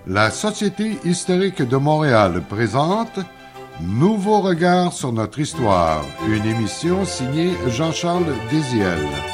La Société historique de Montréal présente Nouveau regard sur notre histoire, une émission signée Jean-Charles Désiel.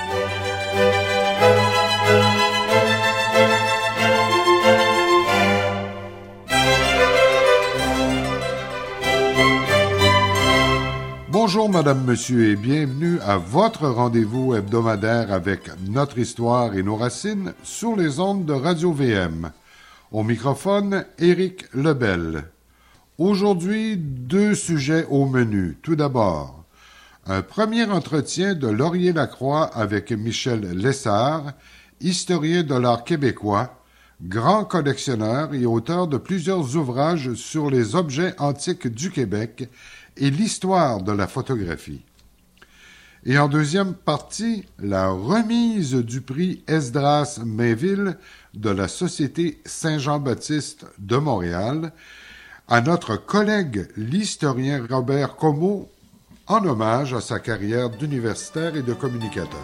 Bonjour Madame, Monsieur et bienvenue à votre rendez-vous hebdomadaire avec notre histoire et nos racines sur les ondes de Radio-VM. Au microphone, Éric Lebel. Aujourd'hui, 2 sujets au menu. Tout d'abord, un premier entretien de Laurier-Lacroix avec Michel Lessard, historien de l'art québécois, grand collectionneur et auteur de plusieurs ouvrages sur les objets antiques du Québec et l'histoire de la photographie. Et en deuxième partie, la remise du prix Esdras Mainville de la Société Saint-Jean-Baptiste de Montréal à notre collègue l'historien Robert Comeau en hommage à sa carrière d'universitaire et de communicateur.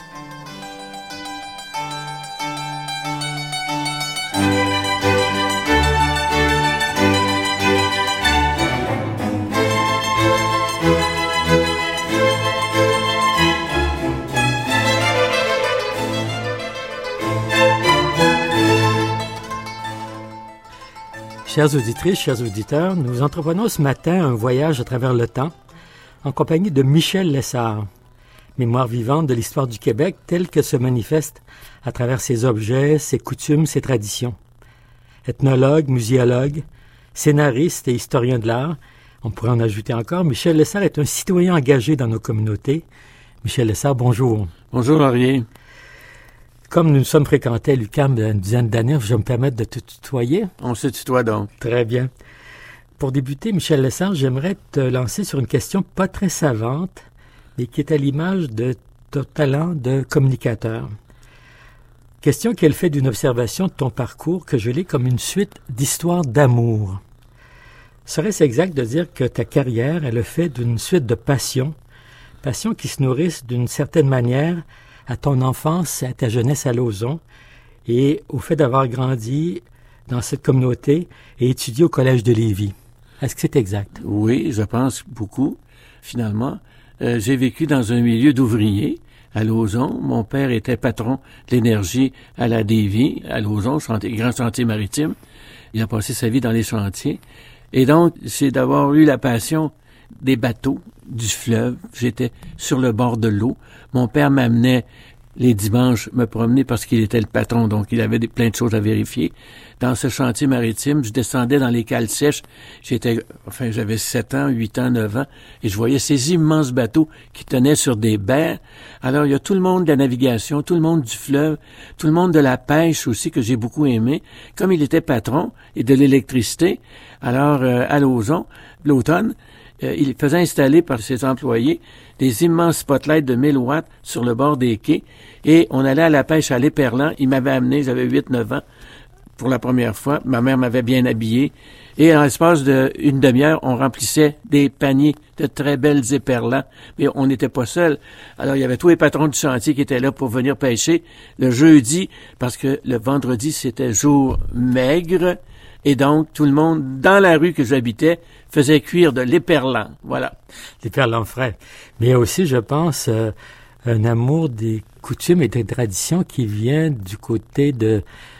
Chères auditrices, chers auditeurs, nous entreprenons ce matin un voyage à travers le temps en compagnie de Michel Lessard, mémoire vivante de l'histoire du Québec telle que se manifeste à travers ses objets, ses coutumes, ses traditions. Ethnologue, muséologue, scénariste et historien de l'art, on pourrait en ajouter encore, Michel Lessard est un citoyen engagé dans nos communautés. Michel Lessard, bonjour. Bonjour, Laurier. Comme nous nous sommes fréquentés à l'UQAM une dizaine d'années, je vais me permettre de te tutoyer. On se tutoie donc. Très bien. Pour débuter, Michel Lessard, j'aimerais te lancer sur une question pas très savante, mais qui est à l'image de ton talent de communicateur. Question qui est le fait d'une observation de ton parcours que je lis comme une suite d'histoires d'amour. Serait-ce exact de dire que ta carrière est le fait d'une suite de passions qui se nourrissent d'une certaine manière à ton enfance, à ta jeunesse à Lauson, et au fait d'avoir grandi dans cette communauté et étudié au Collège de Lévis. Est-ce que c'est exact? Oui, je pense beaucoup, finalement. J'ai vécu dans un milieu d'ouvriers à Lauson. Mon père était patron de l'énergie à la Davie, à Lauson, grand chantier maritime. Il a passé sa vie dans les chantiers. Et donc, c'est d'avoir eu la passion des bateaux, du fleuve. J'étais sur le bord de l'eau. Mon père m'amenait les dimanches me promener parce qu'il était le patron, donc il avait plein de choses à vérifier. Dans ce chantier maritime, je descendais dans les cales sèches. J'avais 7 ans, 8 ans, 9 ans, et je voyais ces immenses bateaux qui tenaient sur des baies. Alors, il y a tout le monde de la navigation, tout le monde du fleuve, tout le monde de la pêche aussi, que j'ai beaucoup aimé. Comme il était patron, et de l'électricité, alors, à Lauson, l'automne, il faisait installer par ses employés des immenses spotlights de 1000 watts sur le bord des quais et on allait à la pêche à l'Éperlan. Il m'avait amené, j'avais 8-9 ans pour la première fois. Ma mère m'avait bien habillé et en l'espace d'une demi-heure, on remplissait des paniers de très belles éperlans. Mais on n'était pas seuls. Alors, il y avait tous les patrons du chantier qui étaient là pour venir pêcher le jeudi parce que le vendredi, c'était jour maigre. Et donc, tout le monde, dans la rue que j'habitais, faisait cuire de l'éperlan. Voilà. L'éperlan frais. Mais il y a aussi, je pense, un amour des coutumes et des traditions qui vient du côté de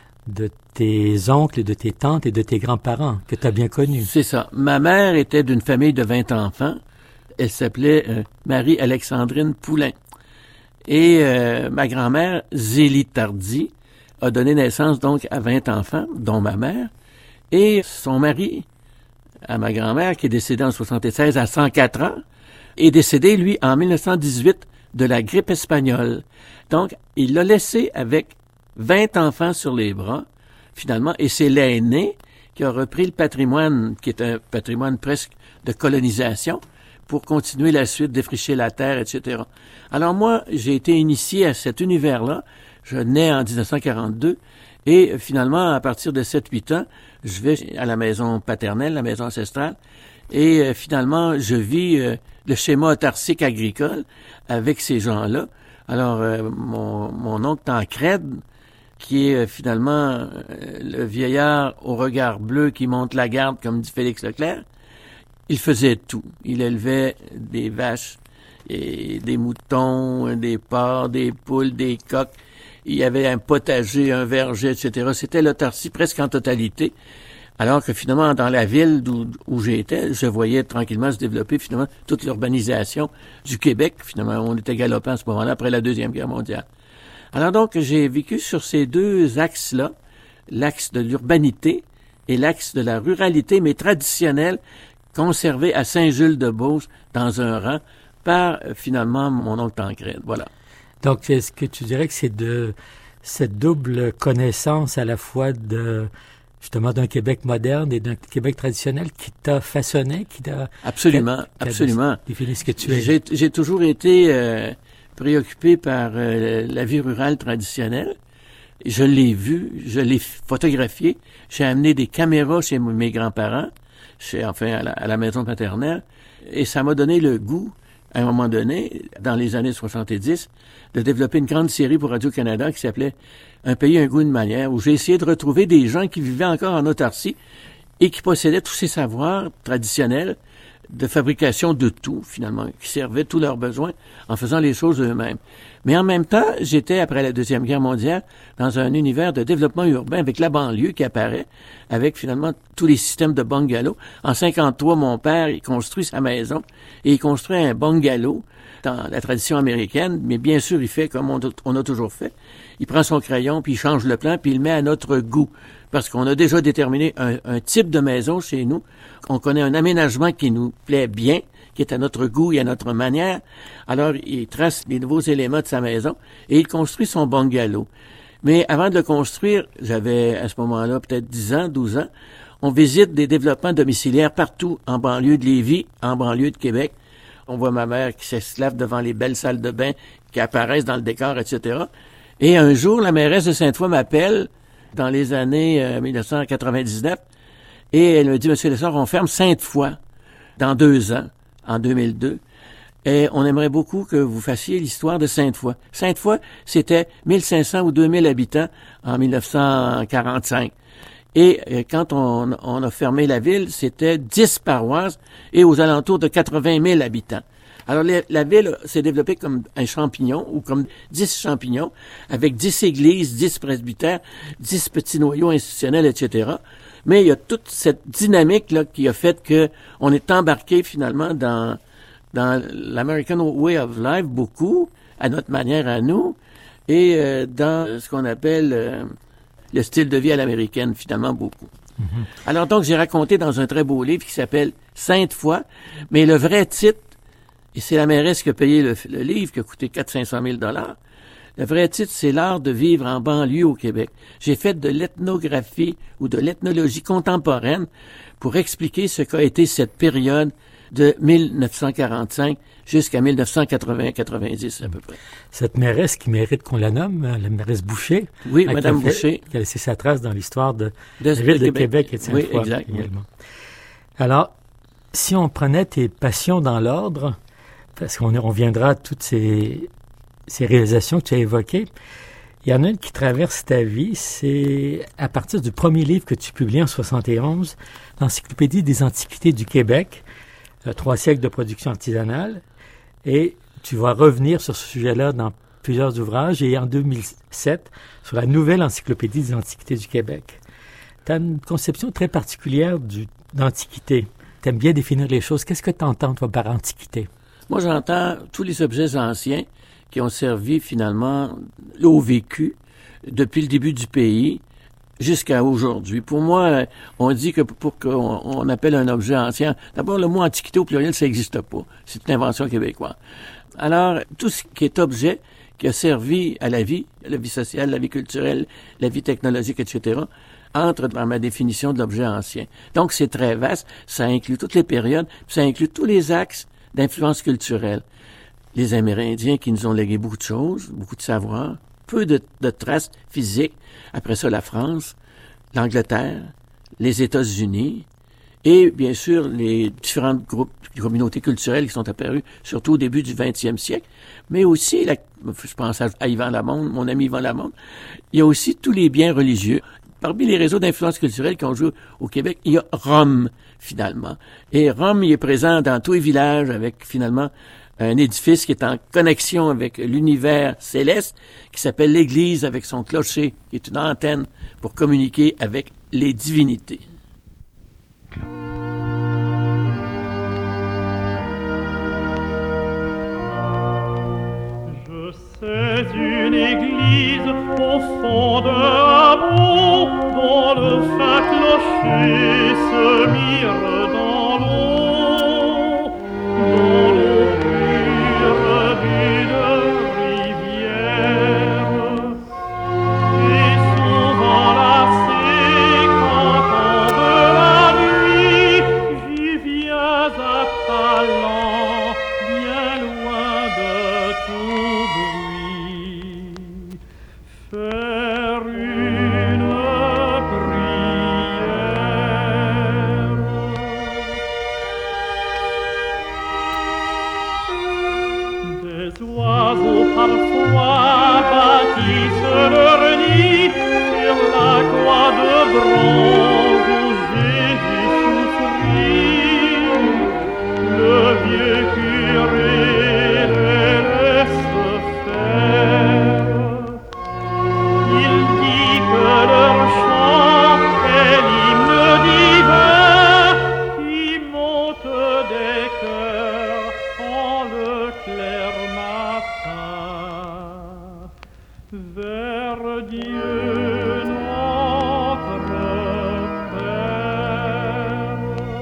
tes oncles, de tes tantes et de tes grands-parents, que tu as bien connus. C'est ça. Ma mère était d'une famille de 20 enfants. Elle s'appelait Marie-Alexandrine Poulain. Et ma grand-mère, Zélie Tardy, a donné naissance donc à 20 enfants, dont ma mère. Et son mari, à ma grand-mère, qui est décédée en 76 à 104 ans, est décédé, lui, en 1918 de la grippe espagnole. Donc, il l'a laissé avec 20 enfants sur les bras, finalement, et c'est l'aîné qui a repris le patrimoine, qui est un patrimoine presque de colonisation, pour continuer la suite, défricher la terre, etc. Alors moi, j'ai été initié à cet univers-là. Je nais en 1942, et finalement, à partir de 7-8 ans, je vais à la maison paternelle, la maison ancestrale, et finalement, je vis le schéma autarcique agricole avec ces gens-là. Alors, mon oncle Tancred, qui est finalement le vieillard au regard bleu qui monte la garde, comme dit Félix Leclerc. Il faisait tout. Il élevait des vaches, et des moutons, des porcs, des poules, des coqs. Il y avait un potager, un verger, etc. C'était l'autarcie presque en totalité. Alors que finalement, dans la ville où j'étais, je voyais tranquillement se développer finalement toute l'urbanisation du Québec. Finalement, on était galopant à ce moment-là, après la Deuxième Guerre mondiale. Alors donc, j'ai vécu sur ces deux axes-là, l'axe de l'urbanité et l'axe de la ruralité, mais traditionnelle, conservée à Saint-Jules-de-Beauce dans un rang par, finalement, mon oncle Tancrède. Voilà. Donc, est-ce que tu dirais que c'est de cette double connaissance à la fois de justement d'un Québec moderne et d'un Québec traditionnel qui t'a façonné, qui t'a... Absolument, absolument. Défini ce que tu es. J'ai toujours été préoccupé par la vie rurale traditionnelle. Je l'ai vu, je l'ai photographié. J'ai amené des caméras chez mes grands-parents, à la maison paternelle, et ça m'a donné le goût, à un moment donné, dans les années 70, de développer une grande série pour Radio-Canada qui s'appelait « Un pays, un goût, une manière », où j'ai essayé de retrouver des gens qui vivaient encore en autarcie et qui possédaient tous ces savoirs traditionnels de fabrication de tout, finalement, qui servaient tous leurs besoins en faisant les choses eux-mêmes. Mais en même temps, j'étais, après la Deuxième Guerre mondiale, dans un univers de développement urbain avec la banlieue qui apparaît, avec finalement tous les systèmes de bungalows. En 53, mon père, il construit sa maison et il construit un bungalow dans la tradition américaine, mais bien sûr, il fait comme on a toujours fait. Il prend son crayon, puis il change le plan, puis il le met à notre goût. Parce qu'on a déjà déterminé un type de maison chez nous. On connaît un aménagement qui nous plaît bien, qui est à notre goût et à notre manière. Alors, il trace les nouveaux éléments de sa maison et il construit son bungalow. Mais avant de le construire, j'avais à ce moment-là peut-être 10 ans, 12 ans, on visite des développements domiciliaires partout, en banlieue de Lévis, en banlieue de Québec. On voit ma mère qui s'esclave devant les belles salles de bain qui apparaissent dans le décor, etc. Et un jour, la mairesse de Sainte-Foy m'appelle dans les années 1999 et elle me dit, Monsieur Lessard, on ferme Sainte-Foy dans 2 ans, en 2002. Et on aimerait beaucoup que vous fassiez l'histoire de Sainte-Foy. Sainte-Foy, c'était 1500 ou 2000 habitants en 1945. Et quand on a fermé la ville, c'était 10 paroisses et aux alentours de 80 000 habitants. Alors, la ville s'est développée comme un champignon ou comme 10 champignons avec 10 églises, 10 presbytères, 10 petits noyaux institutionnels, etc. Mais il y a toute cette dynamique-là qui a fait que on est embarqué finalement dans l'American Way of Life beaucoup, à notre manière à nous, et dans ce qu'on appelle le style de vie à l'américaine, finalement, beaucoup. Mm-hmm. Alors donc, j'ai raconté dans un très beau livre qui s'appelle Sainte-Foy, mais le vrai titre, et c'est la mairesse qui a payé le livre, qui a coûté 400 000 $. Le vrai titre, c'est l'art de vivre en banlieue au Québec. J'ai fait de l'ethnographie ou de l'ethnologie contemporaine pour expliquer ce qu'a été cette période de 1945 jusqu'à 1980-90 à peu près. Cette mairesse qui mérite qu'on la nomme, la mairesse Boucher. Oui, Madame Boucher. Qui a laissé sa trace dans l'histoire de la ville de Québec et de Sainte-Foy. Oui, exact. Également. Alors, si on prenait tes passions dans l'ordre, parce qu'on reviendra à toutes ces réalisations que tu as évoquées, il y en a une qui traverse ta vie, c'est à partir du premier livre que tu publies en 71, l'Encyclopédie des Antiquités du Québec, 3 siècles de production artisanale, et tu vas revenir sur ce sujet-là dans plusieurs ouvrages, et en 2007, sur la nouvelle Encyclopédie des Antiquités du Québec. Tu as une conception très particulière d'antiquité. Tu aimes bien définir les choses. Qu'est-ce que tu entends, toi, par antiquité? Moi, j'entends tous les objets anciens qui ont servi finalement au vécu depuis le début du pays jusqu'à aujourd'hui. Pour moi, on dit que pour qu'on appelle un objet ancien, d'abord le mot antiquité au pluriel, ça n'existe pas. C'est une invention québécoise. Alors, tout ce qui est objet qui a servi à la vie sociale, la vie culturelle, la vie technologique, etc., entre dans ma définition de l'objet ancien. Donc, c'est très vaste. Ça inclut toutes les périodes, ça inclut tous les axes d'influence culturelle. Les Amérindiens qui nous ont légué beaucoup de choses, beaucoup de savoir, peu de traces physiques. Après ça, la France, l'Angleterre, les États-Unis Et bien sûr, les différents groupes, communautés culturelles qui sont apparus, surtout au début du 20e siècle, mais aussi, je pense à Yvan Lamonde, mon ami Yvan Lamonde, il y a aussi tous les biens religieux. Parmi les réseaux d'influence culturelle qui ont joué au Québec, il y a Rome, finalement. Et Rome, il est présent dans tous les villages avec, finalement, un édifice qui est en connexion avec l'univers céleste, qui s'appelle l'Église avec son clocher, qui est une antenne pour communiquer avec les divinités. Je sais une église au fond d'un hameau, dont le fin clocher se mire dans l'eau, dans l'eau pure d'une rivière. Et souvent lassé, quand tombe la nuit, j'y viens à talent, bien loin de tout bruit, faire une prière. Des oiseaux parfois bâtissent leur nid sur la croix de bronze où Jésus souffrit. Le vieux curé les laisse faire. Il dit que leur chant est l'hymne divin qui monte des cœurs en le clair matin vers Dieu notre Père.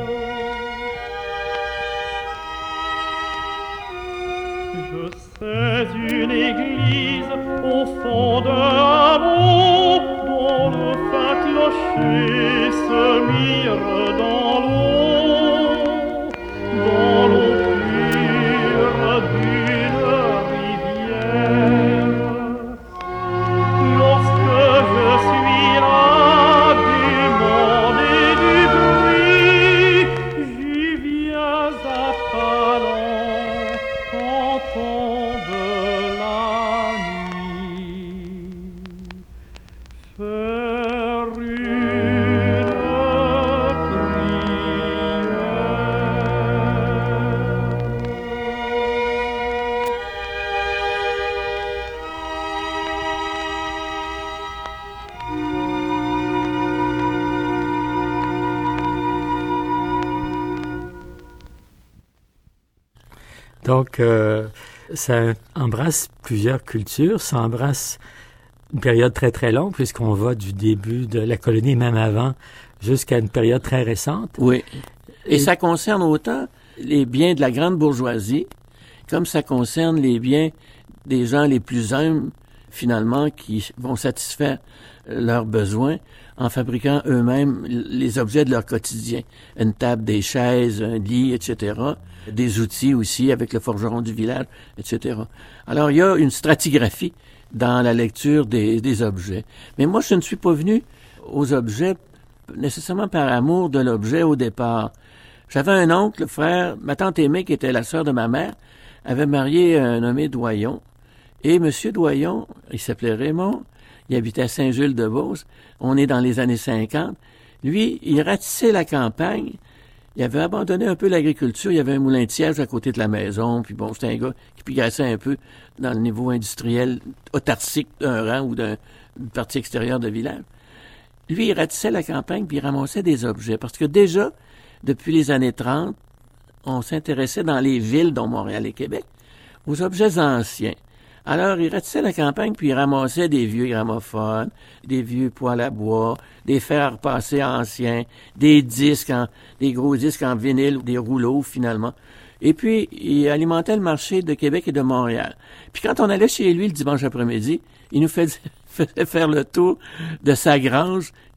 Je sais une église au fond d'un hameau, dont le fin clocher se mire dans l'eau, dans l'eau pure d'une rivière. Lorsque je suis là du monde et du bruit, j'y viens à pas lents quand tombe la nuit. Faire une Donc, ça embrasse plusieurs cultures, ça embrasse une période très très longue, puisqu'on va du début de la colonie, même avant, jusqu'à une période très récente. Oui. Et ça concerne autant les biens de la grande bourgeoisie, comme ça concerne les biens des gens les plus humbles, finalement, qui vont satisfaire leurs besoins en fabriquant eux-mêmes les objets de leur quotidien. Une table, des chaises, un lit, etc. Des outils aussi avec le forgeron du village, etc. Alors, il y a une stratigraphie dans la lecture des objets. Mais moi, je ne suis pas venu aux objets nécessairement par amour de l'objet au départ. J'avais un oncle, frère, ma tante aimée, qui était la sœur de ma mère, avait marié un nommé Doyon. Et M. Doyon, il s'appelait Raymond, il habitait à Saint-Jules-de-Beauce. On est dans les années 50. Lui, il ratissait la campagne. Il avait abandonné un peu l'agriculture. Il y avait un moulin de siège à côté de la maison. Puis bon, c'était un gars qui pigassait un peu dans le niveau industriel autarcique d'un rang ou d'une partie extérieure de village. Lui, il ratissait la campagne puis il ramassait des objets. Parce que déjà, depuis les années 30, on s'intéressait dans les villes, dont Montréal et Québec, aux objets anciens. Alors, il ratissait la campagne, puis il ramassait des vieux gramophones, des vieux poêles à bois, des fers à repasser anciens, des disques, des gros disques en vinyle, des rouleaux, finalement. Et puis, il alimentait le marché de Québec et de Montréal. Puis quand on allait chez lui le dimanche après-midi, il nous faisait faire le tour de sa grange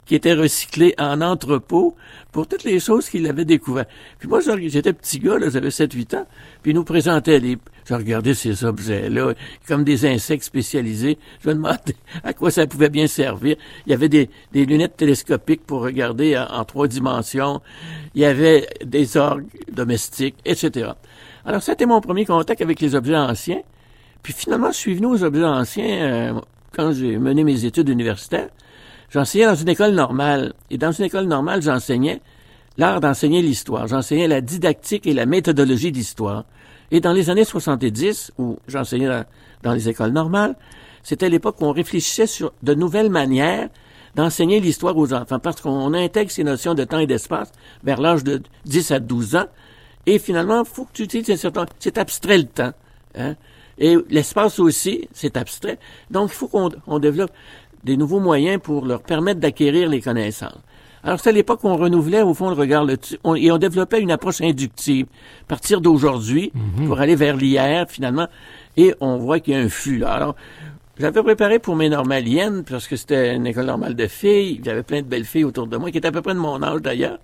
qui étaient recyclés en entrepôt pour toutes les choses qu'il avait découvertes. Puis moi, j'étais petit gars, là, j'avais 7-8 ans, puis il nous présentait je regardais ces objets-là, comme des insectes spécialisés. Je me demandais à quoi ça pouvait bien servir. Il y avait des lunettes télescopiques pour regarder en 3 dimensions. Il y avait des orgues domestiques, etc. Alors, ça a été mon premier contact avec les objets anciens. Puis finalement, je suis venu aux objets anciens quand j'ai mené mes études universitaires. J'enseignais dans une école normale. Et dans une école normale, j'enseignais l'art d'enseigner l'histoire. J'enseignais la didactique et la méthodologie d'histoire. Et dans les années 70, où j'enseignais dans les écoles normales, c'était l'époque où on réfléchissait sur de nouvelles manières d'enseigner l'histoire aux enfants, parce qu'on intègre ces notions de temps et d'espace vers l'âge de 10 à 12 ans. Et finalement, il faut que tu utilises c'est abstrait le temps. Hein? Et l'espace aussi, c'est abstrait. Donc, il faut qu'on développe des nouveaux moyens pour leur permettre d'acquérir les connaissances. Alors, c'est à l'époque où on renouvelait, au fond, le regard là-dessus, et on développait une approche inductive, à partir d'aujourd'hui, pour aller vers l'hier, finalement, et on voit qu'il y a un flux, là. Alors, j'avais préparé pour mes normaliennes, parce que c'était une école normale de filles, il y avait plein de belles filles autour de moi, qui étaient à peu près de mon âge, d'ailleurs,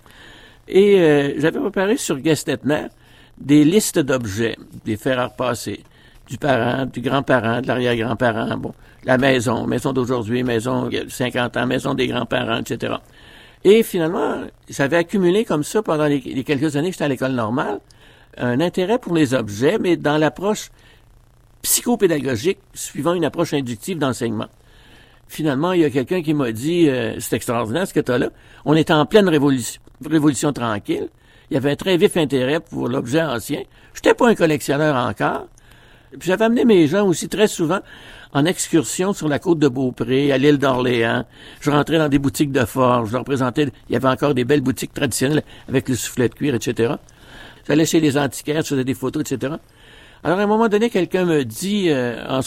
et j'avais préparé sur Gestetner des listes d'objets, des faits à repasser, du parent, du grand-parent, de l'arrière-grand-parent, bon, la maison d'aujourd'hui, maison il y a 50 ans, maison des grands-parents, etc. Et finalement, j'avais accumulé comme ça pendant les quelques années que j'étais à l'école normale, un intérêt pour les objets, mais dans l'approche psychopédagogique, suivant une approche inductive d'enseignement. Finalement, il y a quelqu'un qui m'a dit, c'est extraordinaire ce que tu as là, on était en pleine révolution tranquille, il y avait un très vif intérêt pour l'objet ancien, j'étais pas un collectionneur encore, puis j'avais amené mes gens aussi très souvent en excursion sur la côte de Beaupré, à l'île d'Orléans. Je rentrais dans des boutiques de forge, je leur présentais, il y avait encore des belles boutiques traditionnelles avec le soufflet de cuir, etc. J'allais chez les antiquaires, je faisais des photos, etc. Alors, à un moment donné, quelqu'un me dit, en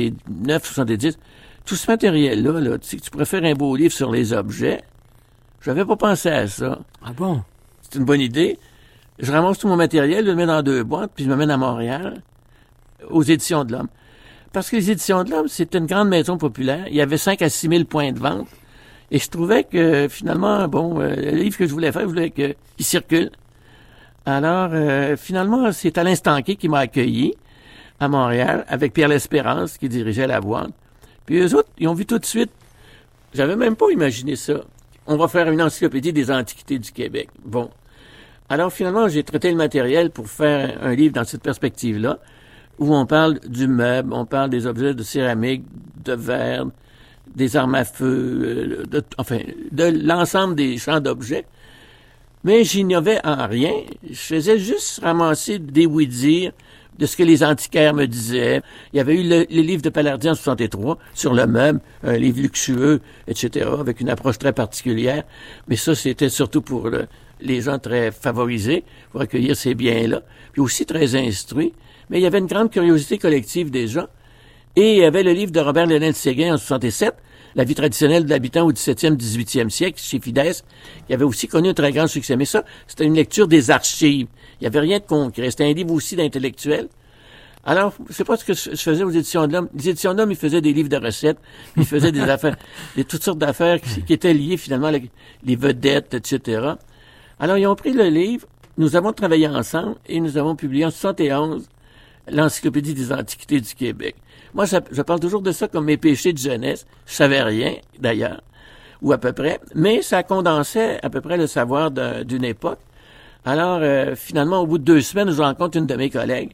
69, 70, tout ce matériel-là, là, tu sais que tu pourrais faire un beau livre sur les objets. J'avais pas pensé à ça. Ah bon? C'est une bonne idée. Je ramasse tout mon matériel, je le mets dans 2 boîtes, puis je me mène à Montréal, aux Éditions de l'Homme. Parce que les Éditions de l'Homme, c'est une grande maison populaire. Il y avait 5 à 6 000 points de vente. Et je trouvais que, finalement, le livre que je voulais faire, je voulais qu'il circule. Alors, finalement, c'est Alain Stanquet qui m'a accueilli à Montréal avec Pierre L'Espérance qui dirigeait la boîte. Puis eux autres, ils ont vu tout de suite. J'avais même pas imaginé ça. On va faire une encyclopédie des antiquités du Québec. Bon. Alors, finalement, j'ai traité le matériel pour faire un livre dans cette perspective-là, où on parle du meuble, on parle des objets de céramique, de verre, des armes à feu, de l'ensemble des champs d'objets. Mais j'innovais en rien. Je faisais juste ramasser des oui-dire de ce que les antiquaires me disaient. Il y avait eu le livre de Palardy en 63 sur le meuble, un livre luxueux, etc., avec une approche très particulière. Mais ça, c'était surtout pour les gens très favorisés, pour accueillir ces biens-là, puis aussi très instruits. Mais il y avait une grande curiosité collective déjà. Et il y avait le livre de Robert Lionel-Séguin en 67, La vie traditionnelle de l'habitant au 17e, 18e siècle, chez Fides, qui avait aussi connu un très grand succès. Mais ça, c'était une lecture des archives. Il n'y avait rien de concret. C'était un livre aussi d'intellectuels. Alors, c'est pas ce que je faisais aux Éditions de l'Homme. Les Éditions de l'Homme, ils faisaient des livres de recettes, ils faisaient des affaires, toutes sortes d'affaires qui étaient liées finalement avec les vedettes, etc. Alors, ils ont pris le livre, nous avons travaillé ensemble et nous avons publié en 71 l'Encyclopédie des Antiquités du Québec. Moi, je parle toujours de ça comme mes péchés de jeunesse. Je savais rien, d'ailleurs, ou à peu près, mais ça condensait à peu près le savoir d'une époque. Alors, finalement, au bout de 2 semaines, je rencontre une de mes collègues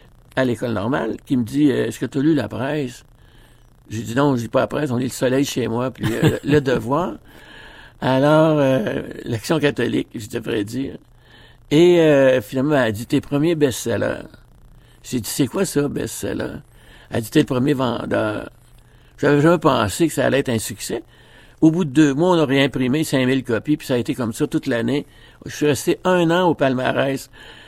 à l'école normale qui me dit « Est-ce que tu as lu la presse? » J'ai dit « Non, je lis pas la presse, on lit le Soleil chez moi, puis le Devoir. » Alors, l'Action catholique, je devrais dire. Et finalement, elle a dit « Tes premiers best-sellers. » J'ai dit « C'est quoi ça, best-seller? » Elle a dit « T'es le premier vendeur. » J'avais jamais pensé que ça allait être un succès. Au bout de 2 mois, on a réimprimé 5000 copies, puis ça a été comme ça toute l'année. Je suis resté 1 an au palmarès.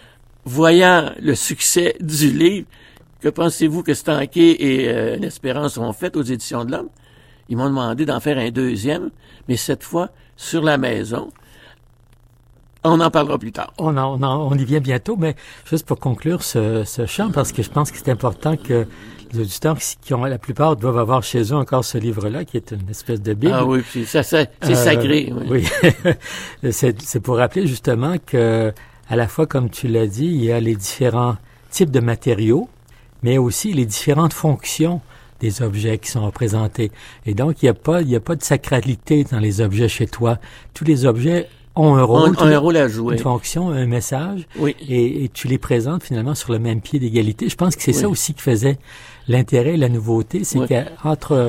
Voyant le succès du livre, que pensez-vous que Stanquet et L'Espérance ont fait aux Éditions de l'Homme? Ils m'ont demandé d'en faire un 2e, mais cette fois sur la maison. On en parlera plus tard. On y vient bientôt, mais juste pour conclure ce champ, parce que je pense que c'est important que les auditeurs qui ont, la plupart doivent avoir chez eux encore ce livre-là, qui est une espèce de Bible. Ah oui, puis c'est sacré. Oui. c'est pour rappeler justement que, à la fois, comme tu l'as dit, il y a les différents types de matériaux, mais aussi les différentes fonctions des objets qui sont représentés. Et donc, il y a pas de sacralité dans les objets chez toi. Tous les objets ont un rôle. Un rôle à jouer. Une fonction, un message. Oui. Et tu les présentes finalement sur le même pied d'égalité. Je pense que c'est ça aussi qui faisait l'intérêt et la nouveauté. C'est qu'entre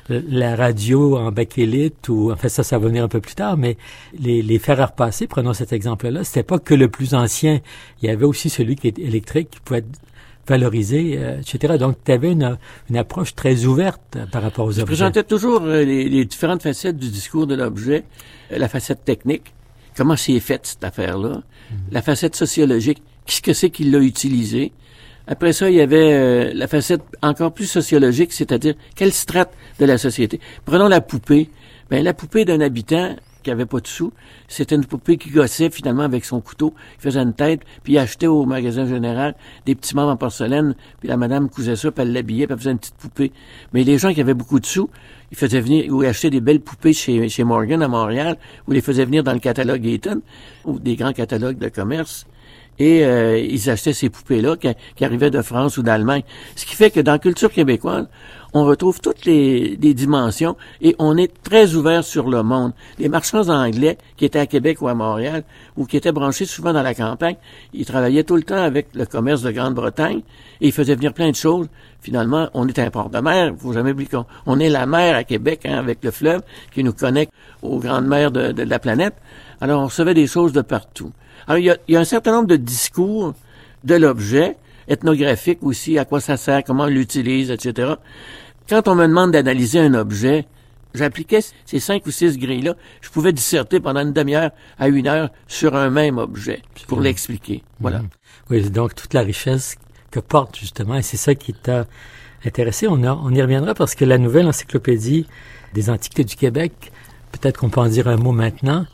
la radio en bakélite ou, en fait, ça va venir un peu plus tard, mais les fers à repasser, prenons cet exemple-là, c'était pas que le plus ancien. Il y avait aussi celui qui est électrique, qui pouvait être valorisé, etc. Donc, tu avais une approche très ouverte par rapport aux objets. Je présentais toujours les différentes facettes du discours de l'objet, la facette technique, comment c'est fait cette affaire-là, la facette sociologique, qu'est-ce que c'est qu'il l'a utilisé. Après ça, il y avait la facette encore plus sociologique, c'est-à-dire quelle strate de la société. Prenons la poupée. Ben, la poupée d'un habitant qui avait pas de sous, c'était une poupée qui gossait finalement avec son couteau, il faisait une tête, puis il achetait au magasin général des petits meubles en porcelaine, puis la madame cousait ça, puis elle l'habillait, puis elle faisait une petite poupée. Mais les gens qui avaient beaucoup de sous, ils faisaient venir ou achetaient des belles poupées chez Morgan à Montréal, ou les faisaient venir dans le catalogue Eaton, ou des grands catalogues de commerce. Et ils achetaient ces poupées-là qui arrivaient de France ou d'Allemagne. Ce qui fait que dans la culture québécoise, on retrouve toutes les dimensions et on est très ouvert sur le monde. Les marchands anglais qui étaient à Québec ou à Montréal ou qui étaient branchés souvent dans la campagne, ils travaillaient tout le temps avec le commerce de Grande-Bretagne et ils faisaient venir plein de choses. Finalement, on est un port de mer. Faut jamais oublier qu'on est la mer à Québec, avec le fleuve qui nous connecte aux grandes mers de la planète. Alors, on recevait des choses de partout. Alors, il y a un certain nombre de discours de l'objet, ethnographique aussi, à quoi ça sert, comment on l'utilise, etc. Quand on me demande d'analyser un objet, j'appliquais ces 5 ou 6 grilles-là, je pouvais disserter pendant une demi-heure à 1 heure sur un même objet pour l'expliquer. Voilà. Oui, donc toute la richesse que porte justement, et c'est ça qui t'a intéressé. On y reviendra parce que la nouvelle encyclopédie des Antiquités du Québec, peut-être qu'on peut en dire un mot maintenant,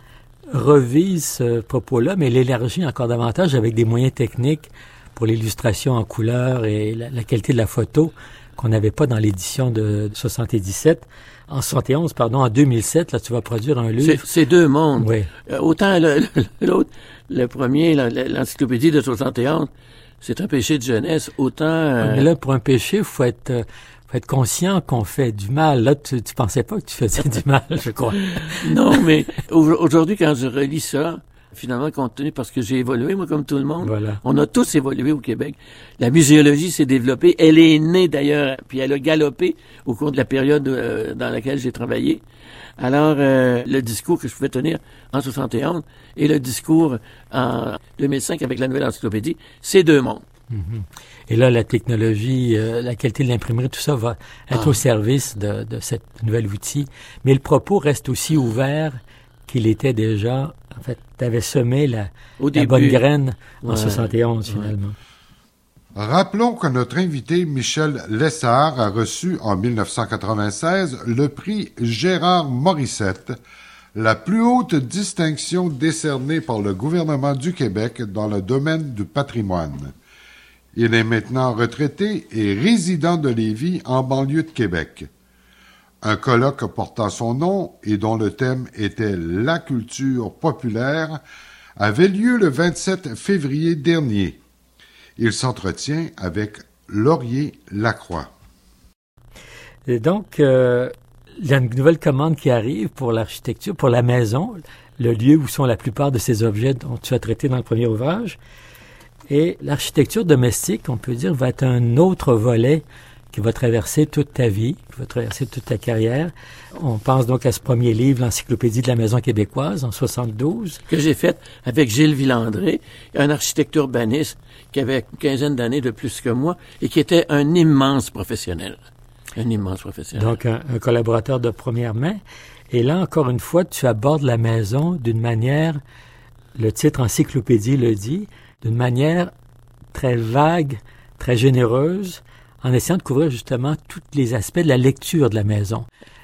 revise ce propos-là, mais l'élargit encore davantage avec des moyens techniques pour l'illustration en couleur et la qualité de la photo qu'on n'avait pas dans l'édition de 77. En 71, pardon, en 2007, là, tu vas produire un livre. C'est deux mondes. Oui. Autant l'autre, le premier, l'encyclopédie de 71, c'est un péché de jeunesse, autant... Mais là, pour un péché, il faut être conscient qu'on fait du mal. Là, tu pensais pas que tu faisais du mal, je crois. Non, mais aujourd'hui, quand je relis ça, finalement, compte tenu, parce que j'ai évolué, moi, comme tout le monde, voilà. On a tous évolué au Québec. La muséologie s'est développée. Elle est née, d'ailleurs, puis elle a galopé au cours de la période dans laquelle j'ai travaillé. Alors, le discours que je pouvais tenir en 71 et le discours en 2005 avec la nouvelle encyclopédie, c'est deux mondes. Mm-hmm. Et là, la technologie, la qualité de l'imprimerie, tout ça va être au service de cette nouvel outil. Mais le propos reste aussi ouvert qu'il était déjà. En fait, tu avais semé la bonne graine en 71, finalement. Rappelons que notre invité Michel Lessard a reçu en 1996 le prix Gérard Morissette, la plus haute distinction décernée par le gouvernement du Québec dans le domaine du patrimoine. Il est maintenant retraité et résident de Lévis en banlieue de Québec. Un colloque portant son nom et dont le thème était la culture populaire avait lieu le 27 février dernier. Il s'entretient avec Laurier Lacroix. Et donc, il y a une nouvelle commande qui arrive pour l'architecture, pour la maison, le lieu où sont la plupart de ces objets dont tu as traité dans le premier ouvrage. Et l'architecture domestique, on peut dire, va être un autre volet qui va traverser toute ta vie, qui va traverser toute ta carrière. On pense donc à ce premier livre, l'Encyclopédie de la maison québécoise, en 72. Que j'ai fait avec Gilles Villandré, un architecte urbaniste qui avait une quinzaine d'années de plus que moi et qui était un immense professionnel. Un immense professionnel. Donc, un collaborateur de première main. Et là, encore une fois, tu abordes la maison d'une manière, le titre Encyclopédie le dit, d'une manière très vague, très généreuse, en essayant de couvrir justement tous les aspects de la lecture de la maison.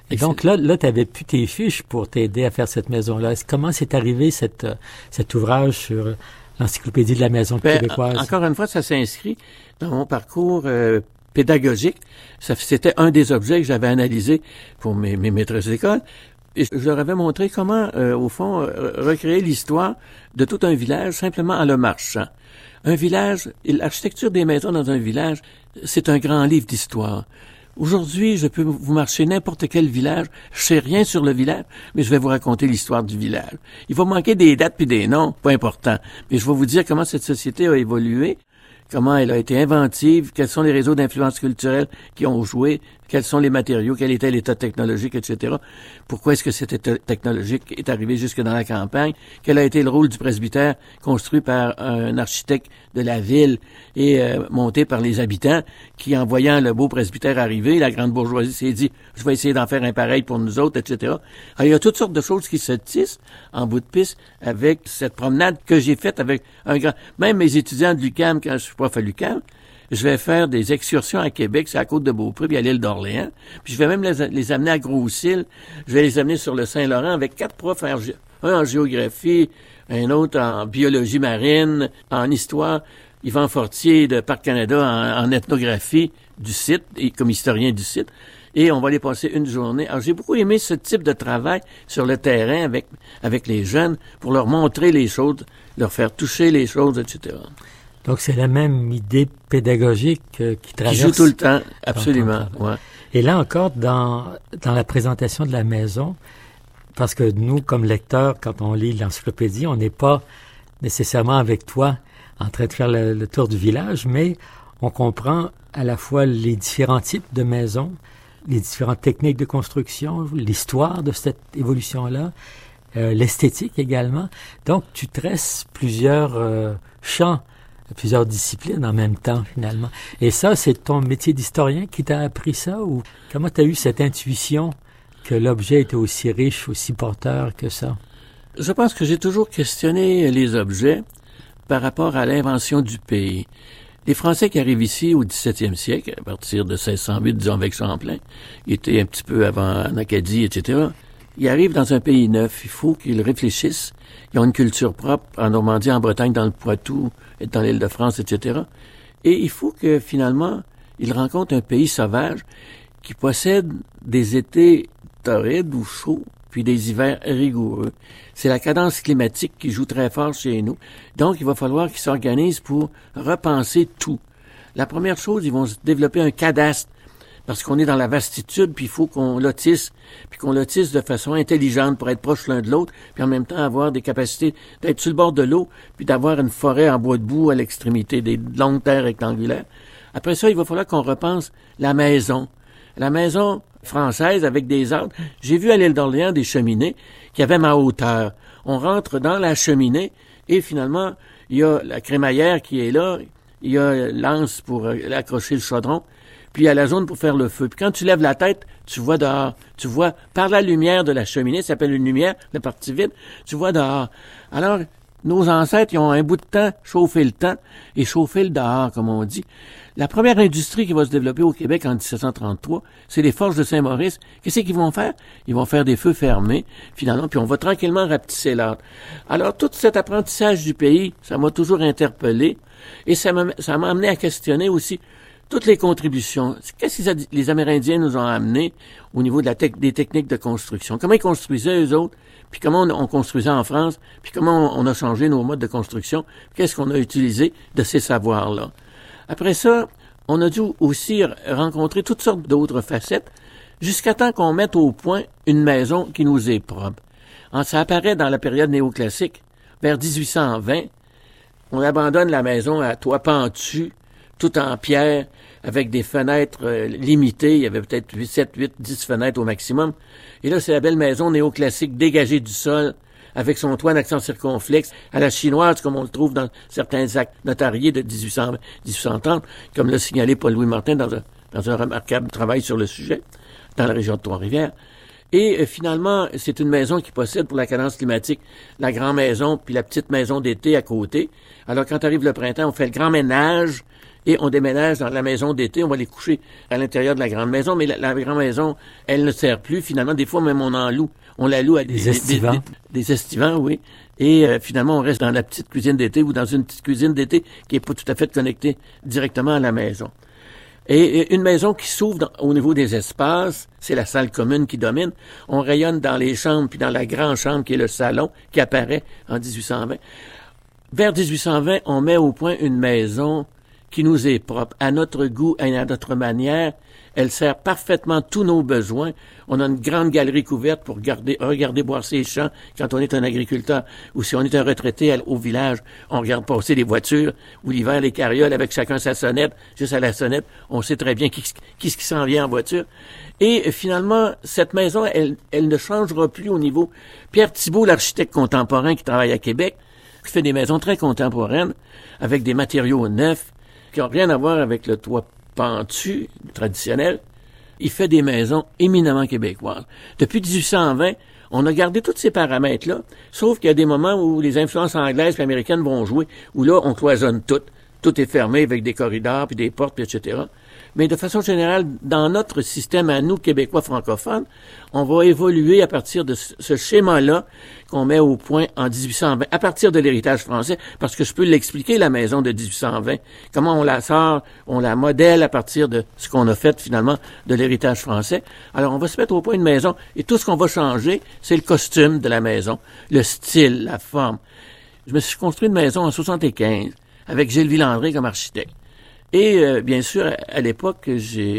Et donc là, tu avais plus tes fiches pour t'aider à faire cette maison-là. Comment c'est arrivé cet ouvrage sur l'encyclopédie de la maison québécoise? Encore une fois, ça s'inscrit dans mon parcours pédagogique. C'était un des objets que j'avais analysé pour mes maîtresses d'école. Et je leur avais montré comment, au fond, recréer l'histoire de tout un village simplement en le marchant. Un village, l'architecture des maisons dans un village, c'est un grand livre d'histoire. Aujourd'hui, je peux vous marcher n'importe quel village. Je sais rien sur le village, mais je vais vous raconter l'histoire du village. Il va manquer des dates puis des noms, pas important. Mais je vais vous dire comment cette société a évolué, comment elle a été inventive, quels sont les réseaux d'influence culturelle qui ont joué, quels sont les matériaux, quel était l'état technologique, etc. Pourquoi est-ce que cet état technologique est arrivé jusque dans la campagne? Quel a été le rôle du presbytère construit par un architecte de la ville et monté par les habitants qui, en voyant le beau presbytère arriver, la grande bourgeoisie s'est dit « je vais essayer d'en faire un pareil pour nous autres, etc. » Alors, il y a toutes sortes de choses qui se tissent en bout de piste avec cette promenade que j'ai faite avec un grand... Même mes étudiants de l'UQAM, quand je suis prof à l'UQAM, je vais faire des excursions à Québec, c'est à Côte-de-Beaupré, puis à l'île d'Orléans. Puis je vais même les amener à Gros-Île. Je vais les amener sur le Saint-Laurent avec 4 profs, un en géographie, un autre en biologie marine, en histoire, Yvan Fortier de Parc Canada en ethnographie du site, et comme historien du site. Et on va les passer une journée. Alors, j'ai beaucoup aimé ce type de travail sur le terrain avec les jeunes pour leur montrer les choses, leur faire toucher les choses, etc. Donc, c'est la même idée pédagogique qui traverse... Qui joue tout le temps, absolument. Ouais. Et là encore, dans la présentation de la maison, parce que nous, comme lecteurs, quand on lit l'encyclopédie, on n'est pas nécessairement avec toi en train de faire le tour du village, mais on comprend à la fois les différents types de maisons, les différentes techniques de construction, l'histoire de cette évolution-là, l'esthétique également. Donc, tu tresses plusieurs champs, plusieurs disciplines en même temps, finalement. Et ça, c'est ton métier d'historien qui t'a appris ça? Ou comment tu as eu cette intuition que l'objet était aussi riche, aussi porteur que ça? Je pense que j'ai toujours questionné les objets par rapport à l'invention du pays. Les Français qui arrivent ici au 17e siècle, à partir de 1608, disons avec Champlain, qui était un petit peu avant en Acadie, etc., ils arrivent dans un pays neuf. Il faut qu'ils réfléchissent. Ils ont une culture propre en Normandie, en Bretagne, dans le Poitou, dans l'Île-de-France, etc. Et il faut que, finalement, ils rencontrent un pays sauvage qui possède des étés torrides ou chauds, puis des hivers rigoureux. C'est la cadence climatique qui joue très fort chez nous. Donc, il va falloir qu'ils s'organisent pour repenser tout. La première chose, ils vont développer un cadastre, parce qu'on est dans la vastitude, puis il faut qu'on lotisse, puis qu'on lotisse de façon intelligente pour être proche l'un de l'autre, puis en même temps avoir des capacités d'être sur le bord de l'eau, puis d'avoir une forêt en bois de boue à l'extrémité des longues terres rectangulaires. Après ça, il va falloir qu'on repense la maison. La maison française avec des arbres. J'ai vu à l'île d'Orléans des cheminées qui avaient ma hauteur. On rentre dans la cheminée et finalement, il y a la crémaillère qui est là, il y a l'anse pour accrocher le chaudron, puis il y a la zone pour faire le feu. Puis quand tu lèves la tête, tu vois dehors. Tu vois, par la lumière de la cheminée, ça s'appelle une lumière, la partie vide, tu vois dehors. Alors, nos ancêtres, ils ont un bout de temps chauffé le temps et chauffé le dehors, comme on dit. La première industrie qui va se développer au Québec en 1733, c'est les forges de Saint-Maurice. Qu'est-ce qu'ils vont faire? Ils vont faire des feux fermés, finalement, puis on va tranquillement rapetisser l'art. Alors, tout cet apprentissage du pays, ça m'a toujours interpellé et ça m'a amené à questionner aussi toutes les contributions. Qu'est-ce que les Amérindiens nous ont amené au niveau de des techniques de construction? Comment ils construisaient eux autres? Puis comment on construisait en France? Puis comment on a changé nos modes de construction? Qu'est-ce qu'on a utilisé de ces savoirs-là? Après ça, on a dû aussi rencontrer toutes sortes d'autres facettes jusqu'à temps qu'on mette au point une maison qui nous est propre. Ça apparaît dans la période néoclassique. Vers 1820, on abandonne la maison à toit pentu, tout en pierre, avec des fenêtres limitées. Il y avait peut-être 7, 8, 10 fenêtres au maximum. Et là, c'est la belle maison néoclassique dégagée du sol, avec son toit en accent circonflexe, à la chinoise, comme on le trouve dans certains actes notariés de 1830, comme l'a signalé Paul-Louis Martin dans un remarquable travail sur le sujet, dans la région de Trois-Rivières. Et finalement, c'est une maison qui possède pour la cadence climatique la grande maison puis la petite maison d'été à côté. Alors quand arrive le printemps, on fait le grand ménage et on déménage dans la maison d'été, on va les coucher à l'intérieur de la grande maison, mais la grande maison, elle ne sert plus. Finalement, des fois, même on en loue. On la loue à des estivants. Des estivants, oui. Et finalement, on reste dans la petite cuisine d'été ou dans une petite cuisine d'été qui est pas tout à fait connectée directement à la maison. Et une maison qui s'ouvre au niveau des espaces, c'est la salle commune qui domine. On rayonne dans les chambres, puis dans la grande chambre qui est le salon, qui apparaît en 1820. Vers 1820, on met au point une maison qui nous est propre, à notre goût et à notre manière. Elle sert parfaitement tous nos besoins. On a une grande galerie couverte pour regarder boire ses champs quand on est un agriculteur. Ou si on est un retraité au village, on regarde passer les voitures, ou l'hiver les carrioles avec chacun sa sonnette. Juste à la sonnette, on sait très bien qui s'en vient en voiture. Et finalement, cette maison, elle ne changera plus au niveau. Pierre Thibault, l'architecte contemporain qui travaille à Québec, qui fait des maisons très contemporaines, avec des matériaux neufs, qui n'ont rien à voir avec le toit pentu, traditionnel. Il fait des maisons éminemment québécoises. Depuis 1820, on a gardé tous ces paramètres-là, sauf qu'il y a des moments où les influences anglaises et américaines vont jouer, où là, on cloisonne tout. Tout est fermé avec des corridors, puis des portes, puis etc. Mais de façon générale, dans notre système à nous, Québécois francophones, on va évoluer à partir de ce schéma-là qu'on met au point en 1820, à partir de l'héritage français, parce que je peux l'expliquer, la maison de 1820, comment on la sort, on la modèle à partir de ce qu'on a fait finalement de l'héritage français. Alors, on va se mettre au point une maison, et tout ce qu'on va changer, c'est le costume de la maison, le style, la forme. Je me suis construit une maison en 75, avec Gilles Villandré comme architecte. Et bien sûr, à l'époque,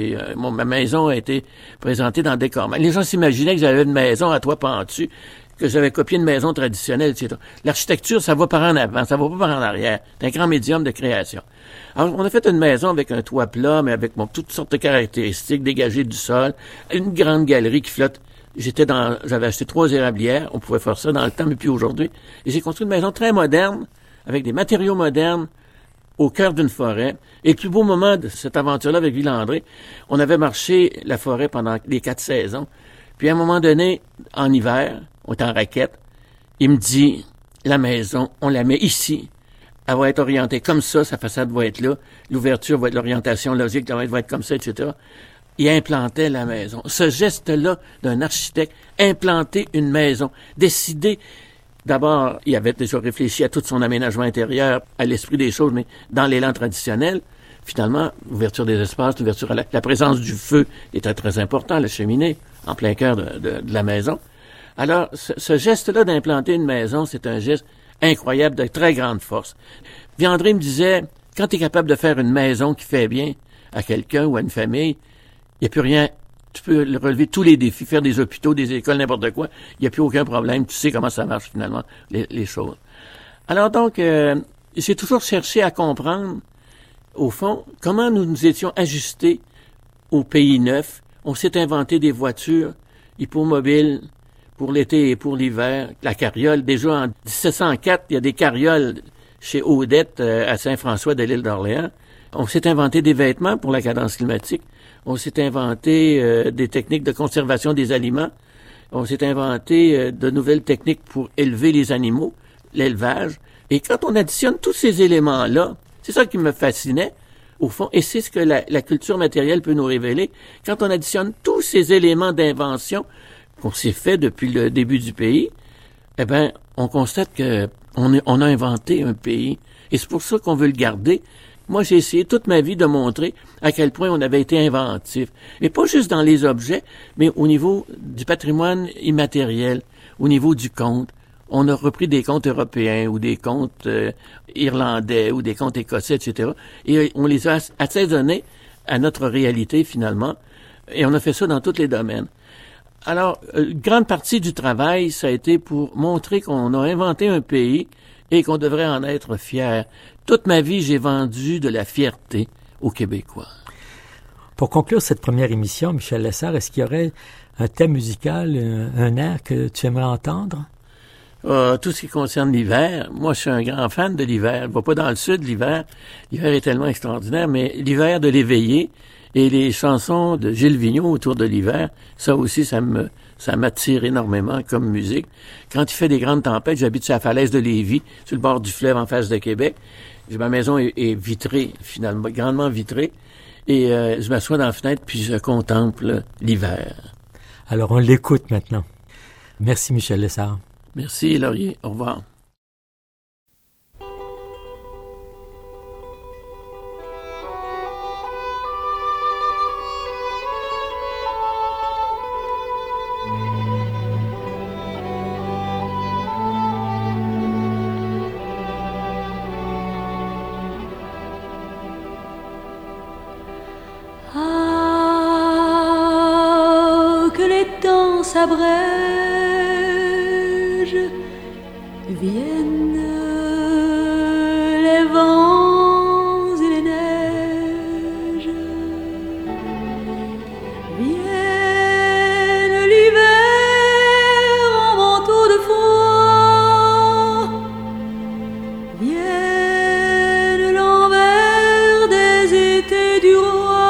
ma maison a été présentée dans le décor. Les gens s'imaginaient que j'avais une maison à toit pentu, que j'avais copié une maison traditionnelle, etc. L'architecture, ça va par en avant, ça va pas par en arrière. C'est un grand médium de création. Alors, on a fait une maison avec un toit plat, mais avec toutes sortes de caractéristiques dégagées du sol, une grande galerie qui flotte. J'avais acheté 3 érablières, on pouvait faire ça dans le temps, mais plus aujourd'hui. Et j'ai construit une maison très moderne, avec des matériaux modernes, au cœur d'une forêt. Et le plus beau moment de cette aventure-là avec Villandré, on avait marché la forêt pendant les 4 saisons. Puis à un moment donné, en hiver, on était en raquette, il me dit, la maison, on la met ici. Elle va être orientée comme ça, sa façade va être là, l'ouverture va être l'orientation logique, va être comme ça, etc. Il implantait la maison. Ce geste-là d'un architecte, implanter une maison, décider. D'abord, il avait déjà réfléchi à tout son aménagement intérieur, à l'esprit des choses, mais dans l'élan traditionnel, finalement, l'ouverture des espaces, l'ouverture à la présence du feu était très important, la cheminée, en plein cœur de la maison. Alors, ce geste-là d'implanter une maison, c'est un geste incroyable, de très grande force. Villandré me disait, quand tu es capable de faire une maison qui fait bien à quelqu'un ou à une famille, il n'y a plus rien. Tu peux relever tous les défis, faire des hôpitaux, des écoles, n'importe quoi. Il n'y a plus aucun problème. Tu sais comment ça marche, finalement, les choses. Alors donc, j'ai toujours cherché à comprendre, au fond, comment nous étions ajustés au pays neuf. On s'est inventé des voitures hippomobiles pour l'été et pour l'hiver. La carriole, déjà en 1704, il y a des carrioles chez Odette à Saint-François de l'île d'Orléans. On s'est inventé des vêtements pour la cadence climatique. On s'est inventé des techniques de conservation des aliments. On s'est inventé de nouvelles techniques pour élever les animaux, l'élevage. Et quand on additionne tous ces éléments-là, c'est ça qui me fascinait, au fond, et c'est ce que la culture matérielle peut nous révéler. Quand on additionne tous ces éléments d'invention qu'on s'est fait depuis le début du pays, eh ben, on constate que on a inventé un pays. Et c'est pour ça qu'on veut le garder. Moi, j'ai essayé toute ma vie de montrer à quel point on avait été inventif. Mais pas juste dans les objets, mais au niveau du patrimoine immatériel, au niveau du conte. On a repris des contes européens ou des contes irlandais ou des contes écossais, etc. Et on les a assaisonnés à notre réalité, finalement. Et on a fait ça dans tous les domaines. Alors, une grande partie du travail, ça a été pour montrer qu'on a inventé un pays et qu'on devrait en être fier. Toute ma vie, j'ai vendu de la fierté aux Québécois. Pour conclure cette première émission, Michel Lessard, est-ce qu'il y aurait un thème musical, un air que tu aimerais entendre? Tout ce qui concerne l'hiver, moi je suis un grand fan de l'hiver. Je ne vais pas dans le sud l'hiver. L'hiver est tellement extraordinaire, mais l'hiver de l'éveillé Et les chansons de Gilles Vigneault autour de l'hiver, ça aussi, ça m'attire énormément comme musique. Quand il fait des grandes tempêtes, j'habite sur la falaise de Lévis, sur le bord du fleuve en face de Québec. Ma maison est vitrée, finalement, grandement vitrée. Et je m'assois dans la fenêtre puis je contemple l'hiver. Alors, on l'écoute maintenant. Merci, Michel Lessard. Merci, Laurier. Au revoir. S'abrège, viennent les vents et les neiges, viennent l'hiver en manteau de froid, viennent l'envers des étés du roi.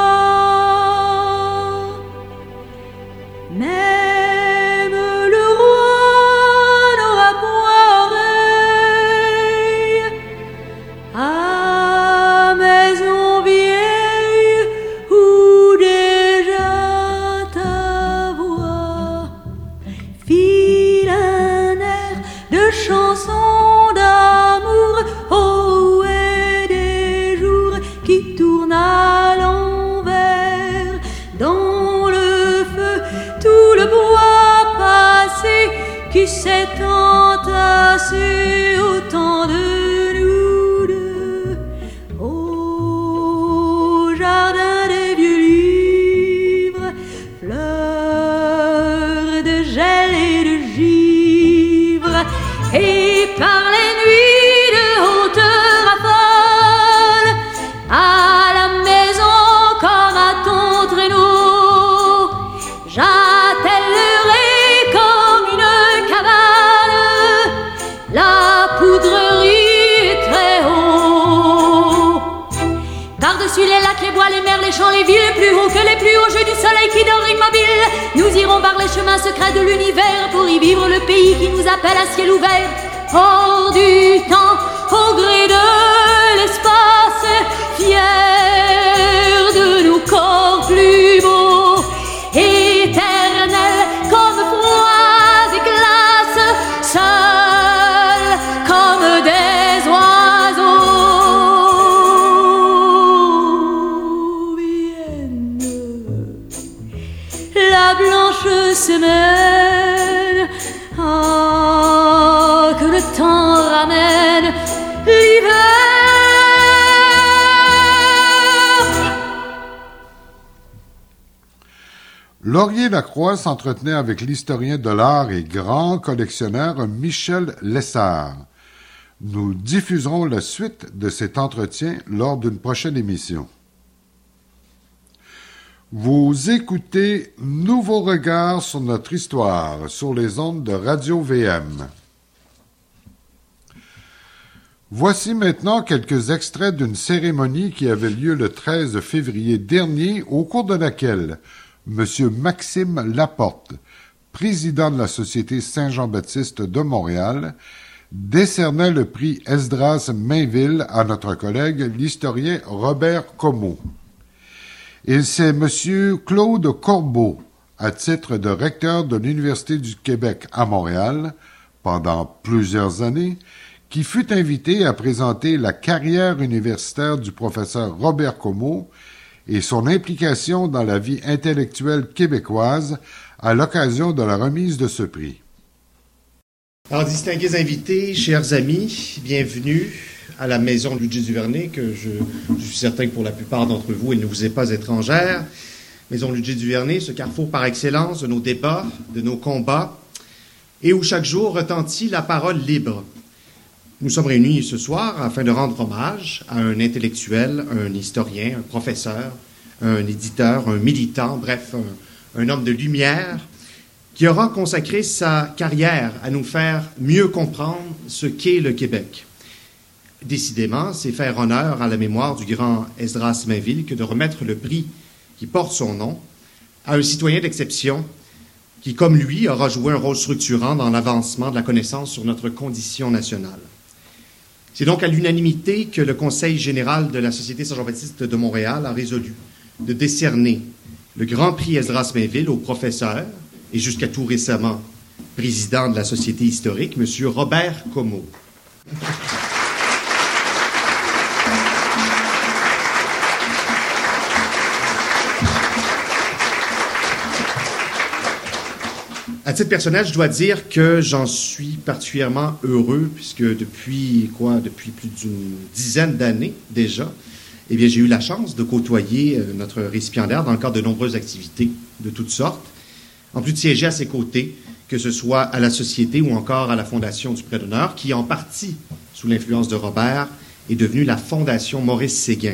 Même le roi n'aura point oreille à maison vieille où déjà ta voix file un air de chanson d'amour. Oh, et des jours qui tournent à l'envers dans le feu, tout le bois passé qui s'est entassé au temps de nous deux. Au jardin des vieux livres, fleurs de gel et de givre, et par les nuits de haute rafale, à la maison comme à ton traîneau, j'attellerai comme une cabane la poudrerie très haut. Par-dessus les lacs, les bois, les mers, les champs, les villes, plus haut que les plus hauts jeux du soleil qui dort immobile, nous irons par les chemins secrets de l'univers pour y vivre le pays qui nous appelle à ciel ouvert. Hors du temps, au gré de l'espace, fiers de nos corps plus beaux, éternels comme froids et glaces, seuls comme des oiseaux. Vienne la blanche semaine, ah, que le temps ramène l'hiver. Laurier Lacroix s'entretenait avec l'historien de l'art et grand collectionneur Michel Lessard. Nous diffuserons la suite de cet entretien lors d'une prochaine émission. Vous écoutez Nouveau regard sur notre histoire sur les ondes de Radio VM. Voici maintenant quelques extraits d'une cérémonie qui avait lieu le 13 février dernier, au cours de laquelle M. Maxime Laporte, président de la Société Saint-Jean-Baptiste de Montréal, décernait le prix Esdras Mainville à notre collègue, l'historien Robert Comeau. Et c'est M. Claude Corbeau, à titre de recteur de l'Université du Québec à Montréal, pendant plusieurs années, qui fut invité à présenter la carrière universitaire du professeur Robert Comeau et son implication dans la vie intellectuelle québécoise à l'occasion de la remise de ce prix. Alors, distingués invités, chers amis, bienvenue à la maison Luigi Duvernay, que je suis certain que pour la plupart d'entre vous, elle ne vous est pas étrangère. Maison Luigi Duvernay, ce carrefour par excellence de nos débats, de nos combats, et où chaque jour retentit la parole libre. Nous sommes réunis ce soir afin de rendre hommage à un intellectuel, un historien, un professeur, un éditeur, un militant, bref, un homme de lumière, qui aura consacré sa carrière à nous faire mieux comprendre ce qu'est le Québec. Décidément, c'est faire honneur à la mémoire du grand Esdras Mainville que de remettre le prix qui porte son nom, à un citoyen d'exception qui, comme lui, aura joué un rôle structurant dans l'avancement de la connaissance sur notre condition nationale. C'est donc à l'unanimité que le Conseil général de la Société Saint-Jean-Baptiste de Montréal a résolu de décerner le Grand Prix Esdras Mainville au professeur, et jusqu'à tout récemment président de la Société historique, M. Robert Comeau. À titre personnel, je dois dire que j'en suis particulièrement heureux, puisque depuis plus d'une dizaine d'années déjà, eh bien, j'ai eu la chance de côtoyer notre récipiendaire dans le cadre de nombreuses activités de toutes sortes, en plus de siéger à ses côtés, que ce soit à la Société ou encore à la Fondation du Prix d'honneur, qui, en partie, sous l'influence de Robert, est devenue la Fondation Maurice Séguin.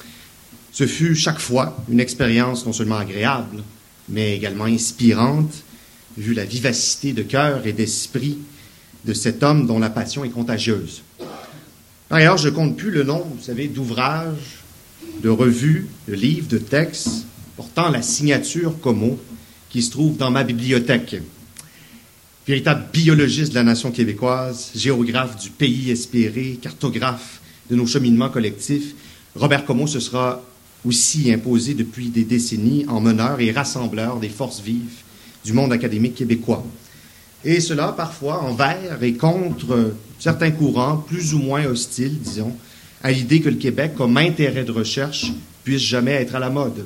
Ce fut chaque fois une expérience non seulement agréable, mais également inspirante, vu la vivacité de cœur et d'esprit de cet homme dont la passion est contagieuse. Par ailleurs, je ne compte plus le nombre, vous savez, d'ouvrages, de revues, de livres, de textes portant la signature Comeau qui se trouve dans ma bibliothèque. Véritable biologiste de la nation québécoise, géographe du pays espéré, cartographe de nos cheminements collectifs, Robert Comeau se sera aussi imposé depuis des décennies en meneur et rassembleur des forces vives du monde académique québécois. Et cela, parfois, envers et contre certains courants plus ou moins hostiles, disons, à l'idée que le Québec, comme intérêt de recherche, puisse jamais être à la mode.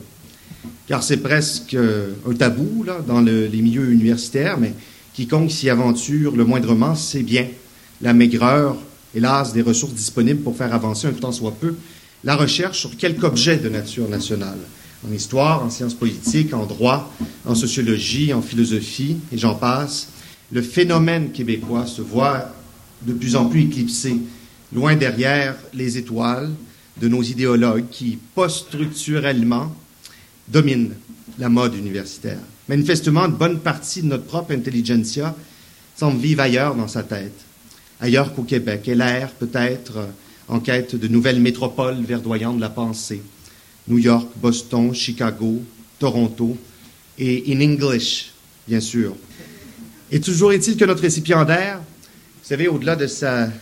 Car c'est presque un tabou là, dans les milieux universitaires, mais quiconque s'y aventure le moindrement sait bien la maigreur, hélas, des ressources disponibles pour faire avancer un tant soit peu la recherche sur quelque objet de nature nationale. En histoire, en sciences politiques, en droit, en sociologie, en philosophie, et j'en passe, le phénomène québécois se voit de plus en plus éclipsé, loin derrière les étoiles de nos idéologues qui, post-structurellement, dominent la mode universitaire. Manifestement, une bonne partie de notre propre intelligentsia semble vivre ailleurs dans sa tête, ailleurs qu'au Québec, et l'air peut-être en quête de nouvelles métropoles verdoyantes de la pensée. New York, Boston, Chicago, Toronto, et in English, bien sûr. Et toujours est-il que notre récipiendaire, vous savez, au-delà de sa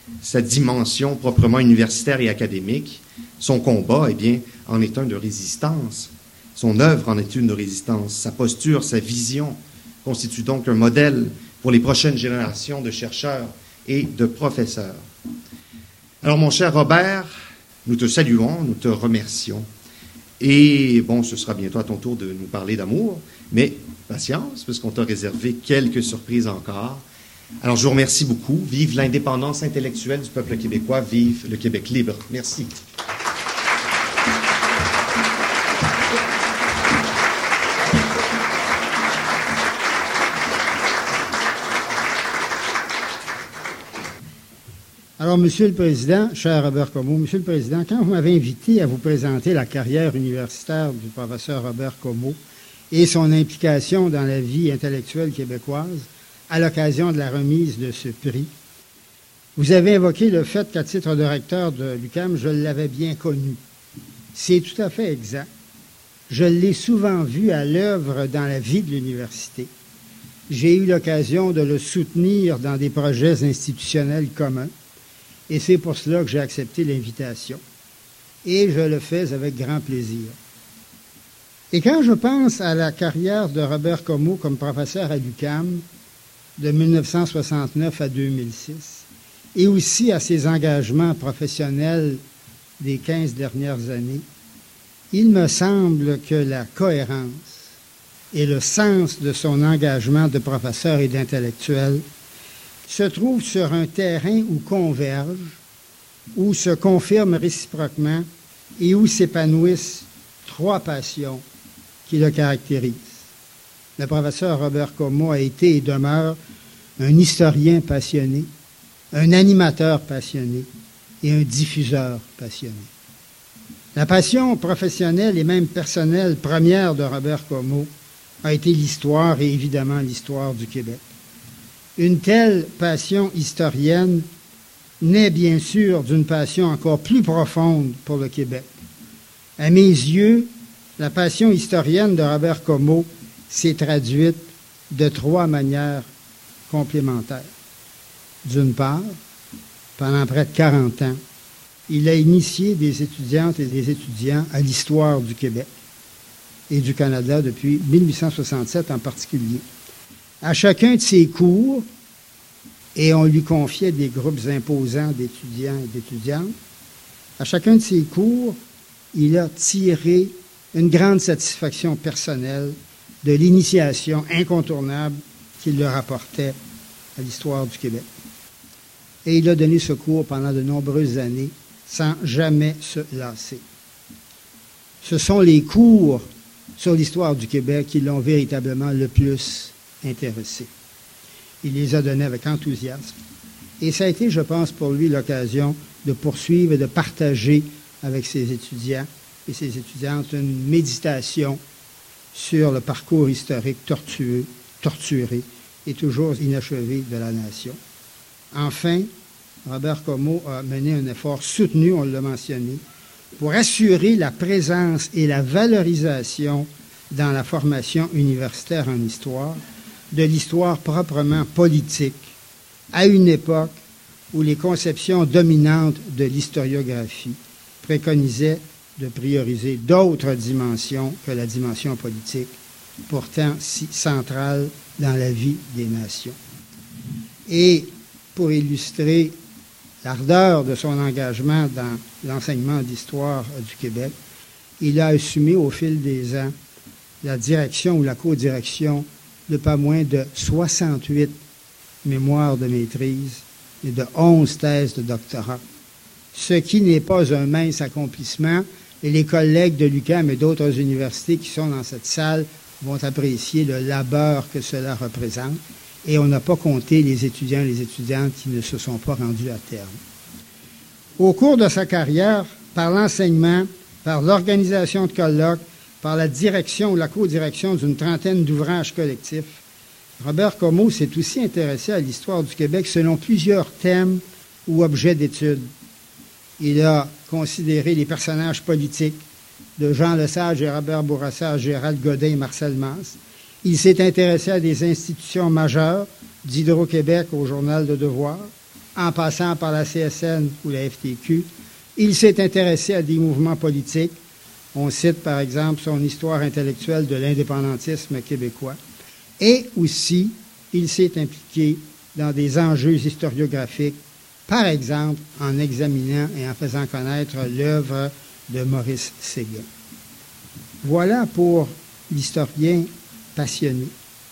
dimension proprement universitaire et académique, son combat, eh bien, en est un de résistance. Son œuvre en est une de résistance. Sa posture, sa vision constituent donc un modèle pour les prochaines générations de chercheurs et de professeurs. Alors, mon cher Robert, nous te saluons, nous te remercions. Et bon, ce sera bientôt à ton tour de nous parler d'amour, mais patience, parce qu'on t'a réservé quelques surprises encore. Alors, je vous remercie beaucoup. Vive l'indépendance intellectuelle du peuple québécois. Vive le Québec libre. Merci. Alors, Monsieur le Président, cher Robert Comeau, Monsieur le Président, quand vous m'avez invité à vous présenter la carrière universitaire du professeur Robert Comeau et son implication dans la vie intellectuelle québécoise à l'occasion de la remise de ce prix, vous avez évoqué le fait qu'à titre de recteur de l'UQAM, je l'avais bien connu. C'est tout à fait exact. Je l'ai souvent vu à l'œuvre dans la vie de l'université. J'ai eu l'occasion de le soutenir dans des projets institutionnels communs. Et c'est pour cela que j'ai accepté l'invitation. Et je le fais avec grand plaisir. Et quand je pense à la carrière de Robert Comeau comme professeur à l'UQAM de 1969 à 2006, et aussi à ses engagements professionnels des 15 dernières années, il me semble que la cohérence et le sens de son engagement de professeur et d'intellectuel se trouve sur un terrain où convergent, où se confirment réciproquement et où s'épanouissent trois passions qui le caractérisent. Le professeur Robert Comeau a été et demeure un historien passionné, un animateur passionné et un diffuseur passionné. La passion professionnelle et même personnelle première de Robert Comeau a été l'histoire et évidemment l'histoire du Québec. Une telle passion historienne naît bien sûr d'une passion encore plus profonde pour le Québec. À mes yeux, La passion historienne de Robert Comeau s'est traduite de 3 manières complémentaires. D'une part, pendant près de 40 ans, il a initié des étudiantes et des étudiants à l'histoire du Québec et du Canada depuis 1867 en particulier. À chacun de ses cours, et on lui confiait des groupes imposants d'étudiants et d'étudiantes, à chacun de ses cours, il a tiré une grande satisfaction personnelle de l'initiation incontournable qu'il leur apportait à l'histoire du Québec. Et il a donné ce cours pendant de nombreuses années sans jamais se lasser. Ce sont les cours sur l'histoire du Québec qui l'ont véritablement le plus intéressé. Il les a donnés avec enthousiasme. Et ça a été, je pense, pour lui l'occasion de poursuivre et de partager avec ses étudiants et ses étudiantes une méditation sur le parcours historique torturé et toujours inachevé de la nation. Enfin, Robert Comeau a mené un effort soutenu, on l'a mentionné, pour assurer la présence et la valorisation dans la formation universitaire en histoire de l'histoire proprement politique, à une époque où les conceptions dominantes de l'historiographie préconisaient de prioriser d'autres dimensions que la dimension politique, pourtant si centrale dans la vie des nations. Et pour illustrer l'ardeur de son engagement dans l'enseignement d'histoire du Québec, il a assumé au fil des ans la direction ou la co-direction de pas moins de 68 mémoires de maîtrise et de 11 thèses de doctorat, ce qui n'est pas un mince accomplissement, et les collègues de l'UQAM et d'autres universités qui sont dans cette salle vont apprécier le labeur que cela représente, et on n'a pas compté les étudiants et les étudiantes qui ne se sont pas rendus à terme. Au cours de sa carrière, par l'enseignement, par l'organisation de colloques, par la direction ou la co-direction d'une trentaine d'ouvrages collectifs, Robert Comeau s'est aussi intéressé à l'histoire du Québec selon plusieurs thèmes ou objets d'étude. Il a considéré les personnages politiques de Jean Lesage et Robert Bourassa à Gérald Godin et Marcel Mance. Il s'est intéressé à des institutions majeures, d'Hydro-Québec au Journal de Devoir, en passant par la CSN ou la FTQ. Il s'est intéressé à des mouvements politiques. On cite par exemple son histoire intellectuelle de l'indépendantisme québécois. Et aussi, il s'est impliqué dans des enjeux historiographiques, par exemple en examinant et en faisant connaître l'œuvre de Maurice Séguin. Voilà pour l'historien passionné.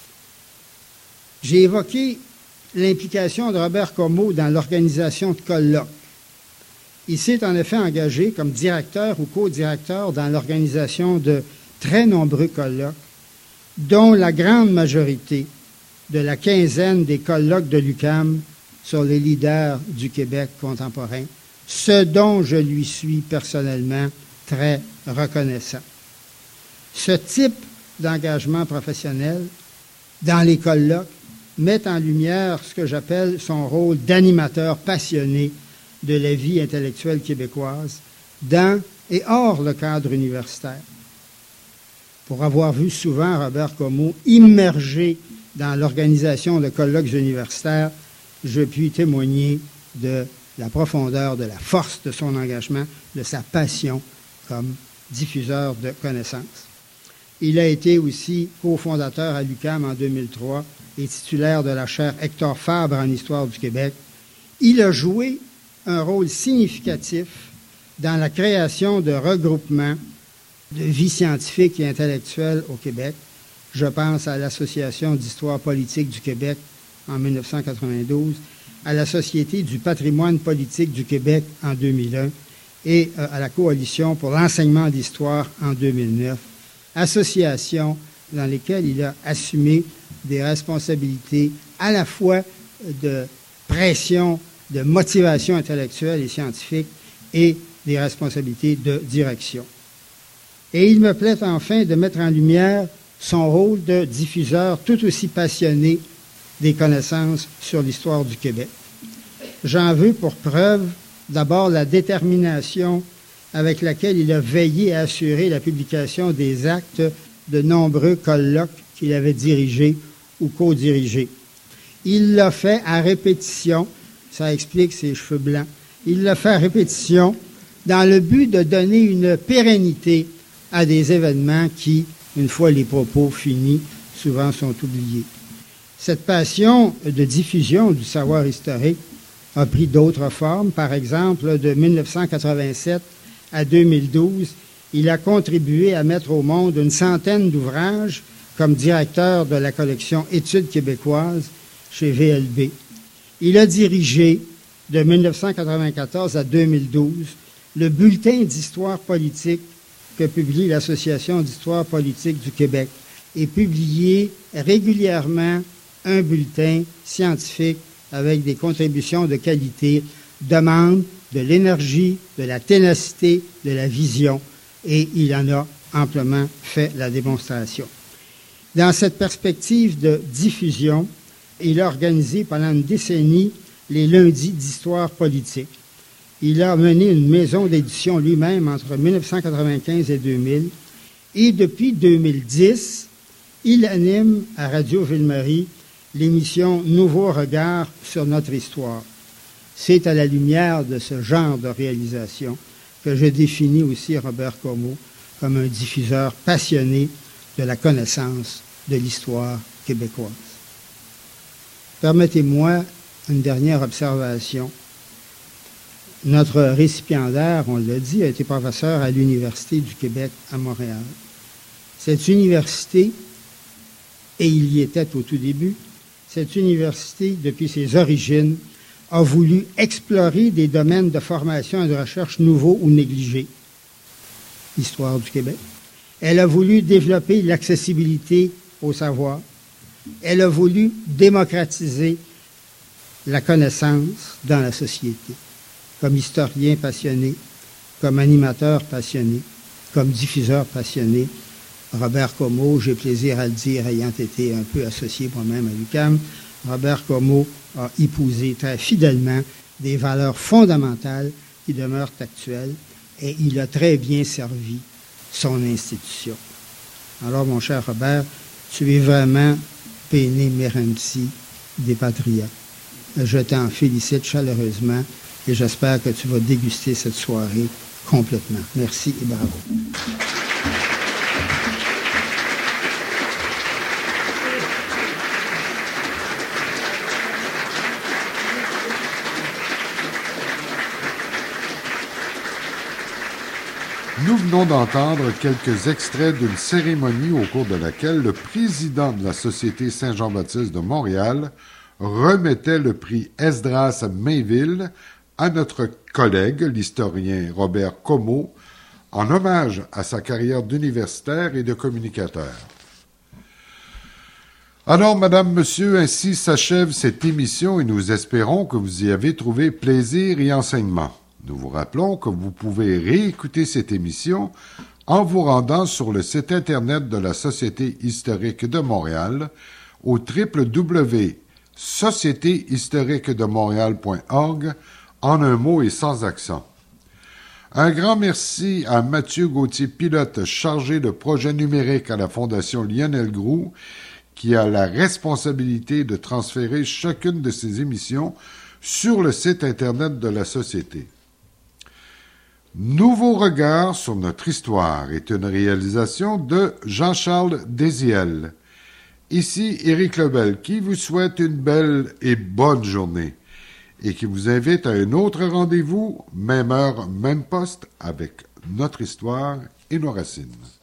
J'ai évoqué l'implication de Robert Comeau dans l'organisation de colloques. Il s'est en effet engagé comme directeur ou co-directeur dans l'organisation de très nombreux colloques, dont la grande majorité de la quinzaine des colloques de l'UQAM sur les leaders du Québec contemporain, ce dont je lui suis personnellement très reconnaissant. Ce type d'engagement professionnel dans les colloques met en lumière ce que j'appelle son rôle d'animateur passionné de la vie intellectuelle québécoise dans et hors le cadre universitaire. Pour avoir vu souvent Robert Comeau immergé dans l'organisation de colloques universitaires, je puis témoigner de la profondeur, de la force de son engagement, de sa passion comme diffuseur de connaissances. Il a été aussi cofondateur à l'UQAM en 2003 et titulaire de la chaire Hector Fabre en histoire du Québec. Il a joué un rôle significatif dans la création de regroupements de vie scientifique et intellectuelle au Québec. Je pense à l'Association d'histoire politique du Québec en 1992, à la Société du patrimoine politique du Québec en 2001 et à la Coalition pour l'enseignement d'histoire en 2009, associations dans lesquelles il a assumé des responsabilités à la fois de pression, de motivation intellectuelle et scientifique et des responsabilités de direction. Et il me plaît enfin de mettre en lumière son rôle de diffuseur tout aussi passionné des connaissances sur l'histoire du Québec. J'en veux pour preuve d'abord la détermination avec laquelle il a veillé à assurer la publication des actes de nombreux colloques qu'il avait dirigés ou co-dirigés. Il l'a fait à répétition, ça explique ses cheveux blancs, il l'a fait à répétition dans le but de donner une pérennité à des événements qui, une fois les propos finis, souvent sont oubliés. Cette passion de diffusion du savoir historique a pris d'autres formes. Par exemple, de 1987 à 2012, il a contribué à mettre au monde une centaine d'ouvrages comme directeur de la collection Études québécoises chez VLB. Il a dirigé, de 1994 à 2012, le bulletin d'histoire politique que publie l'Association d'histoire politique du Québec et publié régulièrement un bulletin scientifique avec des contributions de qualité, demande de l'énergie, de la ténacité, de la vision, et il en a amplement fait la démonstration. Dans cette perspective de diffusion, il a organisé pendant une décennie les lundis d'histoire politique. Il a mené une maison d'édition lui-même entre 1995 et 2000, et depuis 2010, il anime à Radio Ville-Marie l'émission Nouveau regard sur notre histoire. C'est à la lumière de ce genre de réalisation que je définis aussi Robert Comeau comme un diffuseur passionné de la connaissance de l'histoire québécoise. Permettez-moi une dernière observation. Notre récipiendaire, on l'a dit, a été professeur à l'Université du Québec à Montréal. Cette université, et il y était au tout début, cette université, depuis ses origines, a voulu explorer des domaines de formation et de recherche nouveaux ou négligés. Histoire du Québec. Elle a voulu développer l'accessibilité au savoir. Elle a voulu démocratiser la connaissance dans la société. Comme historien passionné, comme animateur passionné, comme diffuseur passionné, Robert Comeau, j'ai plaisir à le dire, ayant été un peu associé moi-même à l'UQAM, Robert Comeau a épousé très fidèlement des valeurs fondamentales qui demeurent actuelles et il a très bien servi son institution. Alors, mon cher Robert, tu es vraiment Péné Mérenpsi des patriotes. Je t'en félicite chaleureusement et j'espère que tu vas déguster cette soirée complètement. Merci et bravo. Nous venons d'entendre quelques extraits d'une cérémonie au cours de laquelle le président de la Société Saint-Jean-Baptiste de Montréal remettait le prix Esdras Mainville à notre collègue, l'historien Robert Comeau, en hommage à sa carrière d'universitaire et de communicateur. Alors, Madame, Monsieur, ainsi s'achève cette émission et nous espérons que vous y avez trouvé plaisir et enseignement. Nous vous rappelons que vous pouvez réécouter cette émission en vous rendant sur le site Internet de la Société historique de Montréal au www.sociétéhistoriquedemontréal.org en un mot et sans accent. Un grand merci à Mathieu Gauthier, pilote chargé de projet numérique à la Fondation Lionel Groulx, qui a la responsabilité de transférer chacune de ces émissions sur le site Internet de la Société. Nouveau regard sur notre histoire est une réalisation de Jean-Charles Désiel. Ici Éric Lebel qui vous souhaite une belle et bonne journée et qui vous invite à un autre rendez-vous, même heure, même poste, avec notre histoire et nos racines.